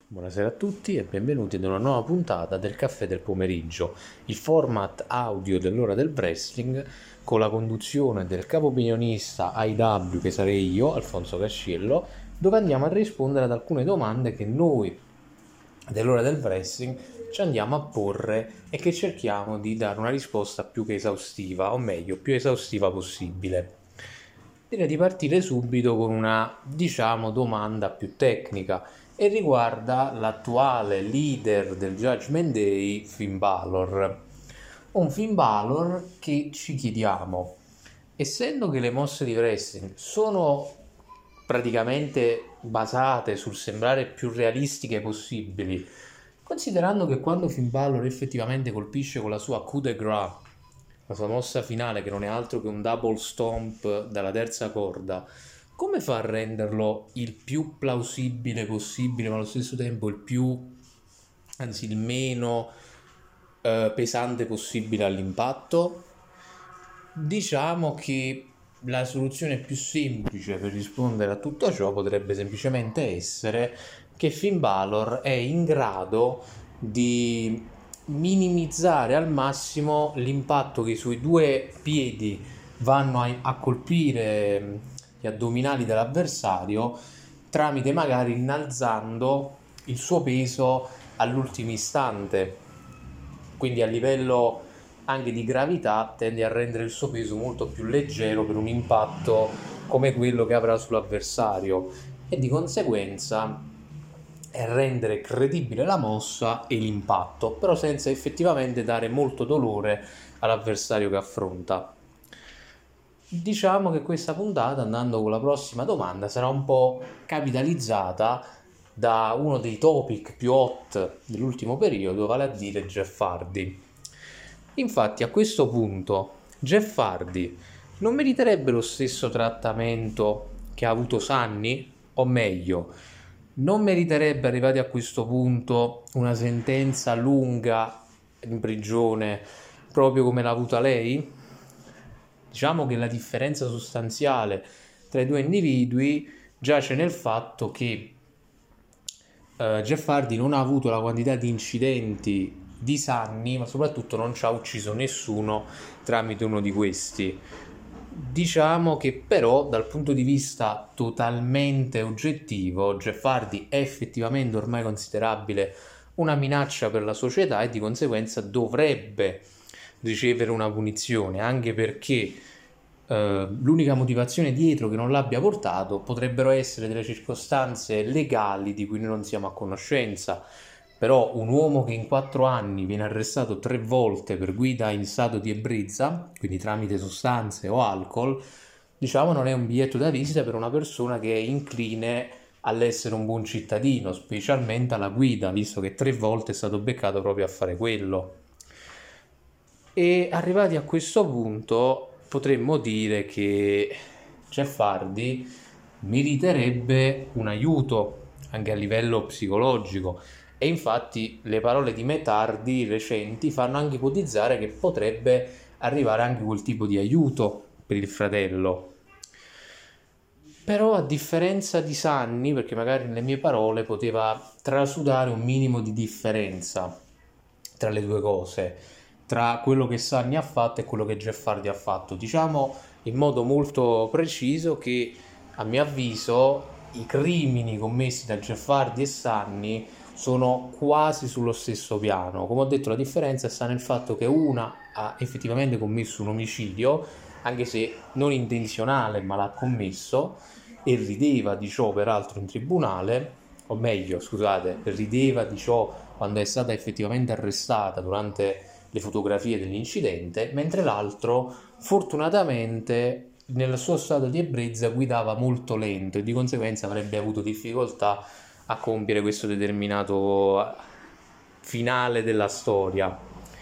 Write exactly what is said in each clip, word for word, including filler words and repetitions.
Buonasera a tutti e benvenuti ad una nuova puntata del Caffè del Pomeriggio, il format audio dell'ora del wrestling con la conduzione del capo opinionista A E W, che sarei io, Alfonso Casciello, dove andiamo a rispondere ad alcune domande che noi dell'ora del wrestling ci andiamo a porre e che cerchiamo di dare una risposta più che esaustiva, o meglio, più esaustiva possibile. Direi di partire subito con una, diciamo, domanda più tecnica e riguarda l'attuale leader del Judgment Day, Finn Balor. Un Finn Balor che ci chiediamo, essendo che le mosse di wrestling sono praticamente basate sul sembrare più realistiche possibili, considerando che quando Finn Balor effettivamente colpisce con la sua coup de grace, la sua mossa finale che non è altro che un double stomp dalla terza corda, come fa a renderlo il più plausibile possibile, ma allo stesso tempo il più, anzi il meno eh, pesante possibile all'impatto? Diciamo che la soluzione più semplice per rispondere a tutto ciò potrebbe semplicemente essere che Finn Balor è in grado di minimizzare al massimo l'impatto che i suoi due piedi vanno a, a colpire gli addominali dell'avversario, tramite magari innalzando il suo peso all'ultimo istante. Quindi a livello anche di gravità tende a rendere il suo peso molto più leggero per un impatto come quello che avrà sull'avversario, e di conseguenza rendere credibile la mossa e l'impatto, però senza effettivamente dare molto dolore all'avversario che affronta. Diciamo che questa puntata, andando con la prossima domanda, sarà un po' capitalizzata da uno dei topic più hot dell'ultimo periodo, vale a dire Jeff Hardy. Infatti a questo punto Jeff Hardy non meriterebbe lo stesso trattamento che ha avuto Sunny? O meglio, non meriterebbe, arrivati a questo punto, una sentenza lunga in prigione proprio come l'ha avuta lei? Diciamo che la differenza sostanziale tra i due individui giace nel fatto che uh, Jeff Hardy non ha avuto la quantità di incidenti di Sunny, ma soprattutto non ci ha ucciso nessuno tramite uno di questi. Diciamo che però dal punto di vista totalmente oggettivo Jeff Hardy è effettivamente ormai considerabile una minaccia per la società e di conseguenza dovrebbe ricevere una punizione, anche perché eh, l'unica motivazione dietro che non l'abbia portato potrebbero essere delle circostanze legali di cui noi non siamo a conoscenza. Però un uomo che in quattro anni viene arrestato tre volte per guida in stato di ebbrezza, quindi tramite sostanze o alcol, diciamo non è un biglietto da visita per una persona che è incline all'essere un buon cittadino, specialmente alla guida, visto che tre volte è stato beccato proprio a fare quello. E arrivati a questo punto potremmo dire che Jeff Hardy meriterebbe un aiuto anche a livello psicologico. E infatti le parole di Matt Hardy recenti fanno anche ipotizzare che potrebbe arrivare anche quel tipo di aiuto per il fratello. Però a differenza di Sunny, perché magari nelle mie parole poteva trasudare un minimo di differenza tra le due cose, tra quello che Sunny ha fatto e quello che Jeff Hardy ha fatto, diciamo in modo molto preciso che a mio avviso i crimini commessi da Jeff Hardy e Sunny sono quasi sullo stesso piano. Come ho detto, la differenza sta nel fatto che una ha effettivamente commesso un omicidio, anche se non intenzionale, ma l'ha commesso e rideva di ciò peraltro in tribunale, o meglio, scusate, rideva di ciò quando è stata effettivamente arrestata durante le fotografie dell'incidente, mentre l'altro fortunatamente nel suo stato di ebbrezza guidava molto lento e di conseguenza avrebbe avuto difficoltà a compiere questo determinato finale della storia.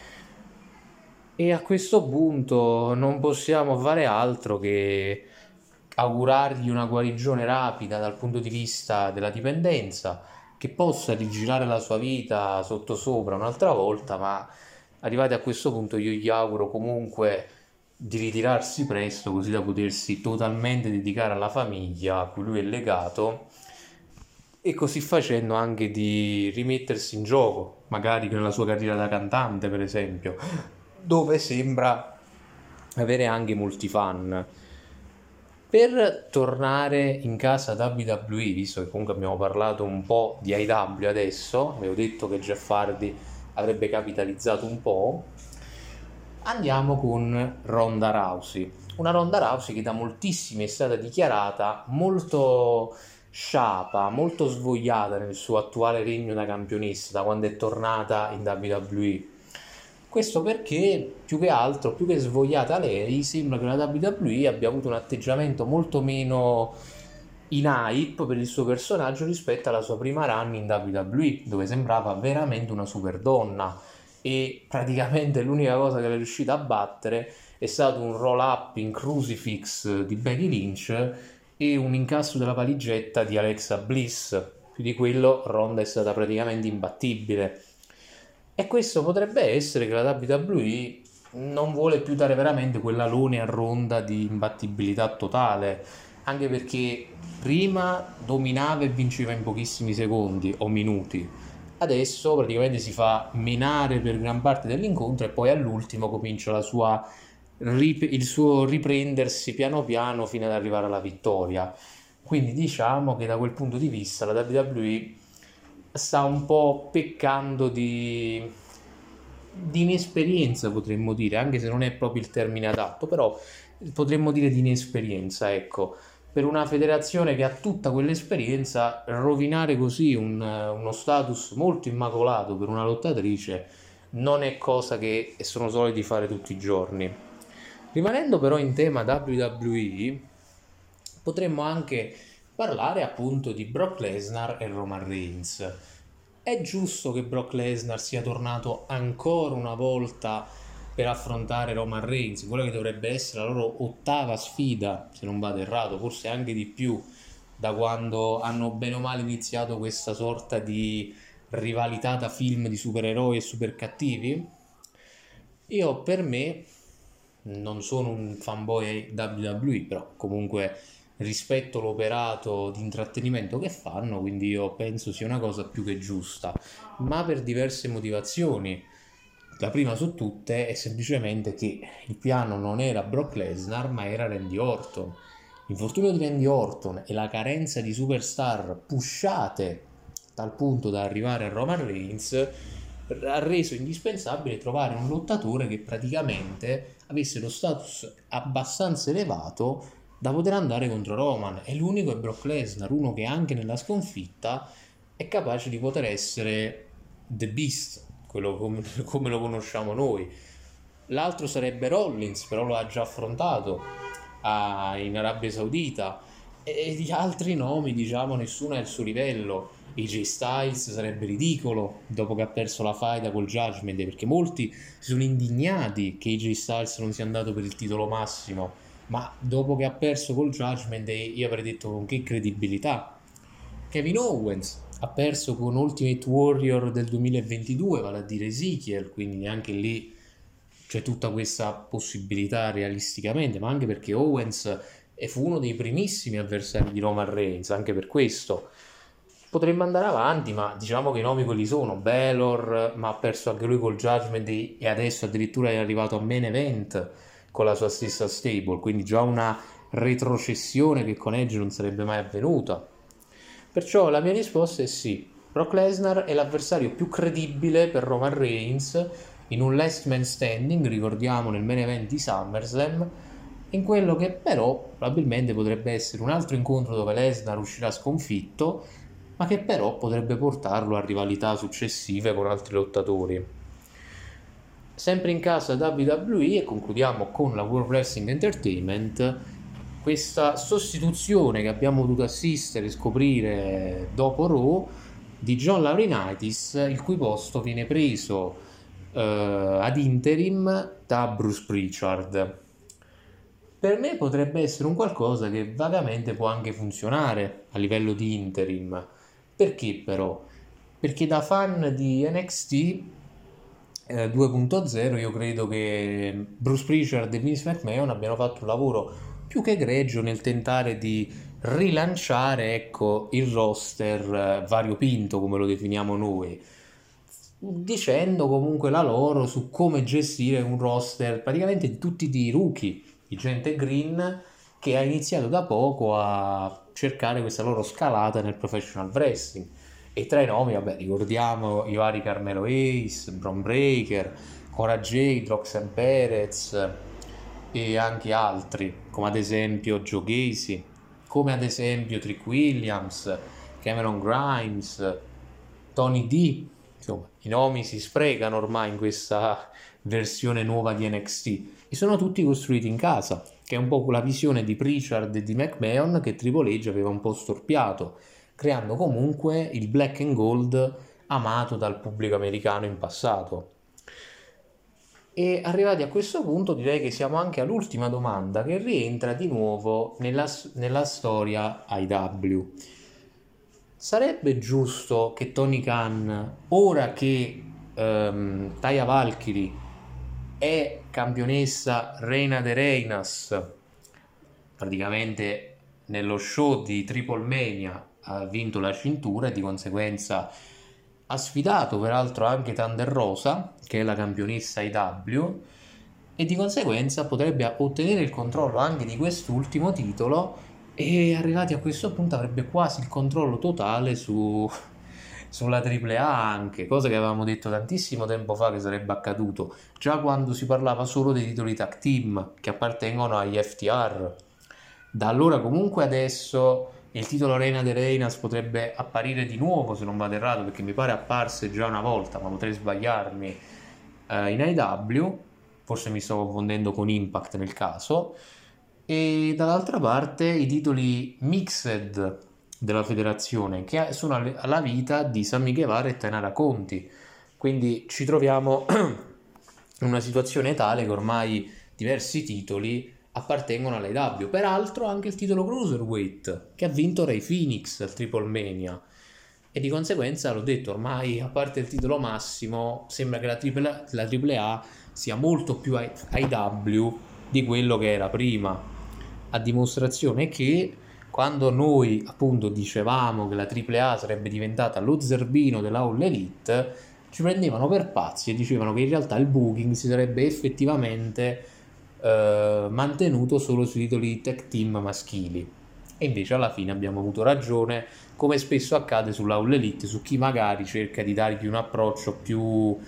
E a questo punto non possiamo fare altro che augurargli una guarigione rapida dal punto di vista della dipendenza, che possa rigirare la sua vita sottosopra un'altra volta, ma arrivati a questo punto io gli auguro comunque di ritirarsi presto, così da potersi totalmente dedicare alla famiglia a cui lui è legato e così facendo anche di rimettersi in gioco, magari nella sua carriera da cantante, per esempio, dove sembra avere anche molti fan. Per tornare in casa W W E, visto che comunque abbiamo parlato un po' di A E W adesso, avevo detto che Jeff Hardy avrebbe capitalizzato un po', andiamo con Ronda Rousey. Una Ronda Rousey che da moltissimi è stata dichiarata molto sciapa, molto svogliata nel suo attuale regno da campionessa, da quando è tornata in W W E. Questo perché, più che altro, più che svogliata lei, sembra che la W W E abbia avuto un atteggiamento molto meno in hype per il suo personaggio rispetto alla sua prima run in W W E, dove sembrava veramente una super donna, e praticamente l'unica cosa che è riuscita a battere è stato un roll up in crucifix di Becky Lynch e un incasso della valigetta di Alexa Bliss. Più di quello Ronda è stata praticamente imbattibile, e questo potrebbe essere che la W W E non vuole più dare veramente quell'alone a Ronda di imbattibilità totale, anche perché prima dominava e vinceva in pochissimi secondi o minuti, adesso praticamente si fa menare per gran parte dell'incontro e poi all'ultimo comincia la sua rip- il suo riprendersi piano piano fino ad arrivare alla vittoria. Quindi diciamo che da quel punto di vista la W W E sta un po' peccando di, di inesperienza, potremmo dire, anche se non è proprio il termine adatto, però potremmo dire di inesperienza, ecco. Per una federazione che ha tutta quell'esperienza, rovinare così un- uno status molto immacolato per una lottatrice non è cosa che sono soliti fare tutti i giorni. Rimanendo però in tema W W E, potremmo anche parlare appunto di Brock Lesnar e Roman Reigns. È giusto che Brock Lesnar sia tornato ancora una volta per affrontare Roman Reigns, quella che dovrebbe essere la loro ottava sfida, se non vado errato, forse anche di più, da quando hanno bene o male iniziato questa sorta di rivalità da film di supereroi e super cattivi? Io per me non sono un fanboy W W E, però comunque rispetto l'operato di intrattenimento che fanno, quindi io penso sia una cosa più che giusta, ma per diverse motivazioni. La prima su tutte è semplicemente che il piano non era Brock Lesnar, ma era Randy Orton. L'infortunio di Randy Orton e la carenza di superstar pushate dal punto da arrivare a Roman Reigns ha reso indispensabile trovare un lottatore che praticamente avesse lo status abbastanza elevato da poter andare contro Roman, e l'unico è Brock Lesnar, uno che anche nella sconfitta è capace di poter essere The Beast, quello come, come lo conosciamo noi. L'altro sarebbe Rollins, però lo ha già affrontato a- in Arabia Saudita, e, e di altri nomi diciamo nessuno è al suo livello. A J Styles sarebbe ridicolo dopo che ha perso la faida col Judgment Day, perché molti si sono indignati che A J Styles non sia andato per il titolo massimo, ma dopo che ha perso col Judgment Day io avrei detto con che credibilità. Kevin Owens ha perso con Ultimate Warrior del duemilaventidue, vale a dire Ezekiel, quindi neanche lì c'è tutta questa possibilità realisticamente, ma anche perché Owens fu uno dei primissimi avversari di Roman Reigns, anche per questo. Potremmo andare avanti, ma diciamo che i nomi quelli sono Balor, ma ha perso anche lui col Judgment Day e adesso addirittura è arrivato a main event con la sua stessa stable, quindi già una retrocessione che con Edge non sarebbe mai avvenuta. Perciò la mia risposta è sì, Brock Lesnar è l'avversario più credibile per Roman Reigns in un last man standing, ricordiamo nel main event di SummerSlam, in quello che però probabilmente potrebbe essere un altro incontro dove Lesnar uscirà sconfitto, ma che però potrebbe portarlo a rivalità successive con altri lottatori. Sempre in casa W W E, e concludiamo con la World Wrestling Entertainment, questa sostituzione che abbiamo potuto assistere e scoprire dopo Raw di John Laurinaitis, il cui posto viene preso eh, ad interim da Bruce Pritchard. Per me potrebbe essere un qualcosa che vagamente può anche funzionare a livello di interim. Perché però? Perché da fan di N X T eh, due punto zero io credo che Bruce Pritchard e Vince McMahon abbiano fatto un lavoro più che egregio nel tentare di rilanciare, ecco, il roster eh, variopinto, come lo definiamo noi, dicendo comunque la loro su come gestire un roster praticamente di tutti di rookie, di gente green che ha iniziato da poco a cercare questa loro scalata nel professional wrestling. E tra i nomi, vabbè, ricordiamo i vari Carmelo Ace, Bron Breakker, Cora Jade, Roxanne Perez e anche altri, come ad esempio Joe Gacy, come ad esempio Trick Williams, Cameron Grimes, Tony D. Insomma, i nomi si sprecano ormai in questa versione nuova di N X T e sono tutti costruiti in casa, che è un po' la visione di Pritchard e di McMahon che Triple H aveva un po' storpiato, creando comunque il black and gold amato dal pubblico americano in passato. E arrivati a questo punto direi che siamo anche all'ultima domanda che rientra di nuovo nella, nella storia I W. Sarebbe giusto che Tony Khan, ora che um, Taya Valkyrie è campionessa Reina de Reinas, praticamente nello show di Triple Mania ha vinto la cintura e di conseguenza ha sfidato peraltro anche Thunder Rosa, che è la campionessa I W, e di conseguenza potrebbe ottenere il controllo anche di quest'ultimo titolo e arrivati a questo punto avrebbe quasi il controllo totale su, sulla tripla A anche, cosa che avevamo detto tantissimo tempo fa che sarebbe accaduto, già quando si parlava solo dei titoli tag team che appartengono agli F T R. Da allora comunque adesso il titolo Reina de Reinas potrebbe apparire di nuovo, se non vado errato, perché mi pare apparse già una volta, ma potrei sbagliarmi, eh, in I W, forse mi sto confondendo con Impact nel caso, e dall'altra parte i titoli mixed della federazione che sono alla vita di Sammy Guevara e Tainara Conti, quindi ci troviamo in una situazione tale che ormai diversi titoli appartengono all'A E W, peraltro anche il titolo Cruiserweight che ha vinto Ray Phoenix al Triple Mania, e di conseguenza l'ho detto, ormai a parte il titolo massimo sembra che la tripla A, la tripla A sia molto più A E W di quello che era prima, a dimostrazione che quando noi appunto dicevamo che la tripla A sarebbe diventata lo zerbino della All Elite, ci prendevano per pazzi e dicevano che in realtà il booking si sarebbe effettivamente eh, mantenuto solo sui titoli tag team maschili, e invece alla fine abbiamo avuto ragione, come spesso accade sulla All Elite, su chi magari cerca di dargli un approccio più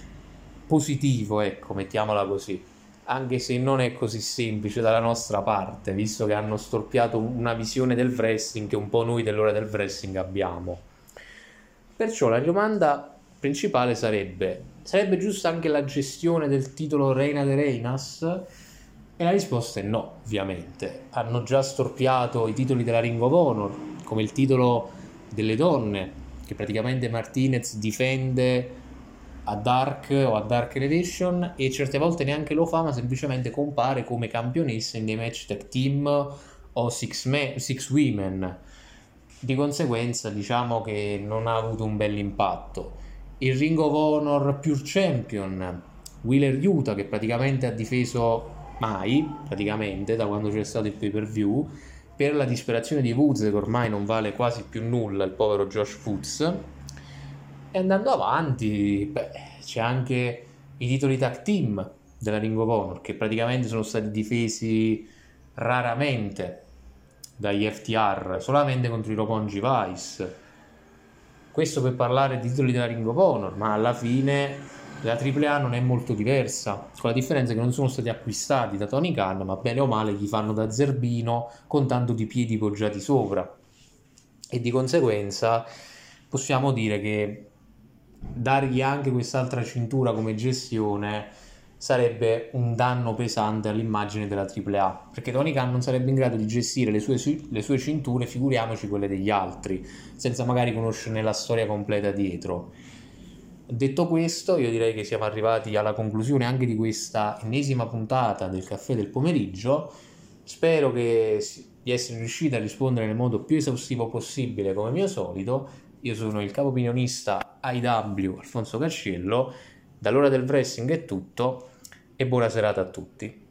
positivo, ecco, mettiamola così, anche se non è così semplice dalla nostra parte, visto che hanno storpiato una visione del wrestling che un po' noi dell'ora del wrestling abbiamo. Perciò la domanda principale sarebbe: sarebbe giusta anche la gestione del titolo Reina de Reinas? E la risposta è no, ovviamente. Hanno già storpiato i titoli della Ring of Honor, come il titolo delle donne, che praticamente Martinez difende a Dark o a Dark Elevation, e certe volte neanche lo fa, ma semplicemente compare come campionessa in dei match tag team o six, men, six women. Di conseguenza diciamo che non ha avuto un bel impatto. Il Ring of Honor Pure Champion Wheeler Yuta, che praticamente ha difeso mai, praticamente da quando c'è stato il pay per view, per la disperazione di Woods, che ormai non vale quasi più nulla, il povero Josh Woods. E andando avanti, beh, c'è anche i titoli tag team della Ring of Honor, che praticamente sono stati difesi raramente dagli F T R, solamente contro i Roppongi Vice. Questo per parlare di titoli della Ring of Honor, ma alla fine la tripla A non è molto diversa, con la differenza che non sono stati acquistati da Tony Khan, ma bene o male gli fanno da zerbino con tanto di piedi poggiati sopra, e di conseguenza possiamo dire che dargli anche quest'altra cintura come gestione sarebbe un danno pesante all'immagine della tripla A, perché Tony Khan non sarebbe in grado di gestire le sue, le sue cinture, figuriamoci quelle degli altri, senza magari conoscerne la storia completa dietro. Detto questo, io direi che siamo arrivati alla conclusione anche di questa ennesima puntata del Caffè del Pomeriggio. Spero che di essere riuscito a rispondere nel modo più esaustivo possibile, come mio solito. Io sono il capo opinionista I W Alfonso Casciello. Dall'ora del wrestling è tutto e buona serata a tutti.